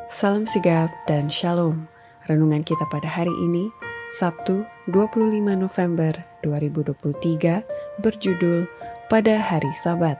Salam sigap dan shalom. Renungan kita pada hari ini, Sabtu 25 November 2023, berjudul Pada Hari Sabat.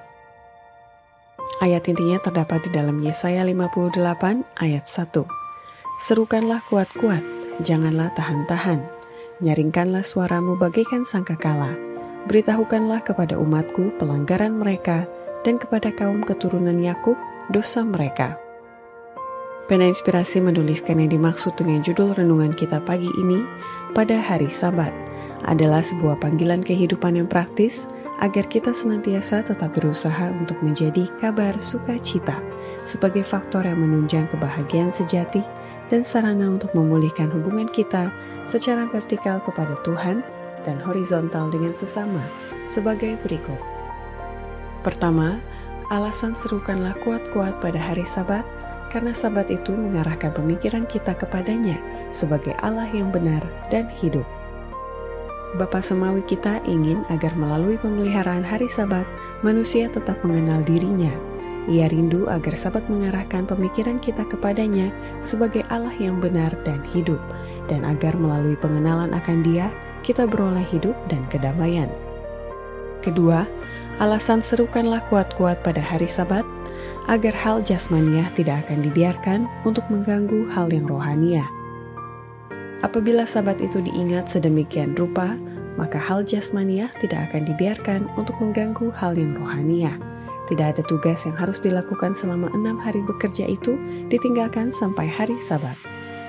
Ayat intinya terdapat di dalam Yesaya 58 ayat 1. Serukanlah kuat-kuat, janganlah tahan-tahan. Nyaringkanlah suaramu bagaikan sangkakala. Beritahukanlah kepada umatku pelanggaran mereka dan kepada kaum keturunan Yakub dosa mereka. Pena Inspirasi menuliskan yang dimaksud dengan judul renungan kita pagi ini, pada hari Sabat, adalah sebuah panggilan kehidupan yang praktis agar kita senantiasa tetap berusaha untuk menjadi kabar sukacita sebagai faktor yang menunjang kebahagiaan sejati dan sarana untuk memulihkan hubungan kita secara vertikal kepada Tuhan dan horizontal dengan sesama sebagai berikut. Pertama, alasan serukanlah kuat-kuat pada hari Sabat karena Sabat itu mengarahkan pemikiran kita kepadanya sebagai Allah yang benar dan hidup. Bapa Semawi kita ingin agar melalui pemeliharaan hari Sabat, manusia tetap mengenal dirinya. Ia rindu agar Sabat mengarahkan pemikiran kita kepadanya sebagai Allah yang benar dan hidup, dan agar melalui pengenalan akan Dia, kita beroleh hidup dan kedamaian. Kedua, alasan serukanlah kuat-kuat pada hari Sabat, agar hal jasmaniah tidak akan dibiarkan untuk mengganggu hal yang rohaniah. Apabila Sabat itu diingat sedemikian rupa, maka hal jasmaniah tidak akan dibiarkan untuk mengganggu hal yang rohaniah. Tidak ada tugas yang harus dilakukan selama 6 hari bekerja itu ditinggalkan sampai hari Sabat.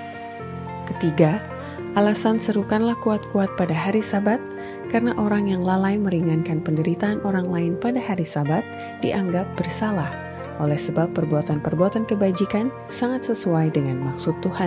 Ketiga, alasan serukanlah kuat-kuat pada hari Sabat, karena orang yang lalai meringankan penderitaan orang lain pada hari Sabat dianggap bersalah. Oleh sebab perbuatan-perbuatan kebajikan sangat sesuai dengan maksud Tuhan.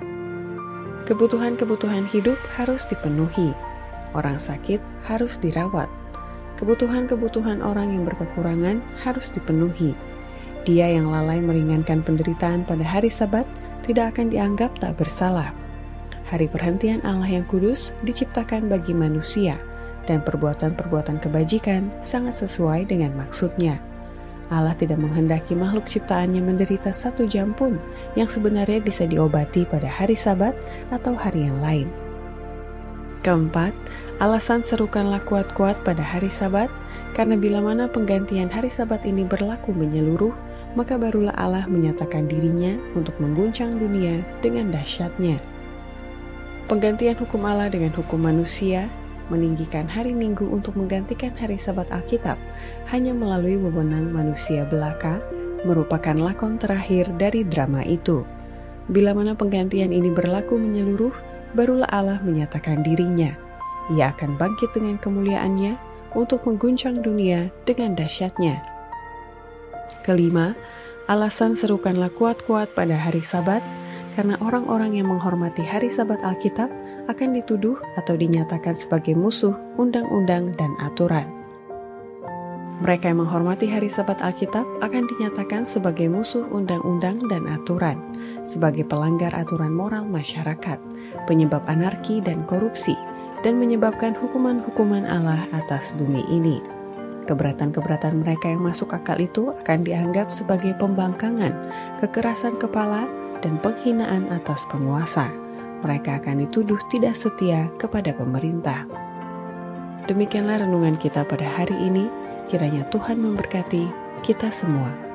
Kebutuhan-kebutuhan hidup harus dipenuhi. Orang sakit harus dirawat. Kebutuhan-kebutuhan orang yang berkekurangan harus dipenuhi. Dia yang lalai meringankan penderitaan pada hari Sabat tidak akan dianggap tak bersalah. Hari perhentian Allah yang kudus diciptakan bagi manusia, dan perbuatan-perbuatan kebajikan sangat sesuai dengan maksudnya. Allah tidak menghendaki makhluk ciptaannya menderita 1 jam pun yang sebenarnya bisa diobati pada hari Sabat atau hari yang lain. Keempat, alasan serukanlah kuat-kuat pada hari Sabat, karena bila mana penggantian hari Sabat ini berlaku menyeluruh, maka barulah Allah menyatakan dirinya untuk mengguncang dunia dengan dahsyatnya. Penggantian hukum Allah dengan hukum manusia, meninggikan hari Minggu untuk menggantikan hari Sabat Alkitab hanya melalui wewenang manusia belaka, merupakan lakon terakhir dari drama itu. Bila mana penggantian ini berlaku menyeluruh, barulah Allah menyatakan dirinya. Ia akan bangkit dengan kemuliaannya untuk mengguncang dunia dengan dahsyatnya. Kelima, alasan serukanlah kuat-kuat pada hari Sabat, karena orang-orang yang menghormati hari Sabat Alkitab akan dituduh atau dinyatakan sebagai musuh undang-undang dan aturan. Mereka yang menghormati hari Sabat Alkitab akan dinyatakan sebagai musuh undang-undang dan aturan, sebagai pelanggar aturan moral masyarakat, penyebab anarki dan korupsi, dan menyebabkan hukuman-hukuman Allah atas bumi ini. Keberatan-keberatan mereka yang masuk akal itu akan dianggap sebagai pembangkangan, kekerasan kepala, dan penghinaan atas penguasa. Mereka akan dituduh tidak setia kepada pemerintah. Demikianlah renungan kita pada hari ini. Kiranya Tuhan memberkati kita semua.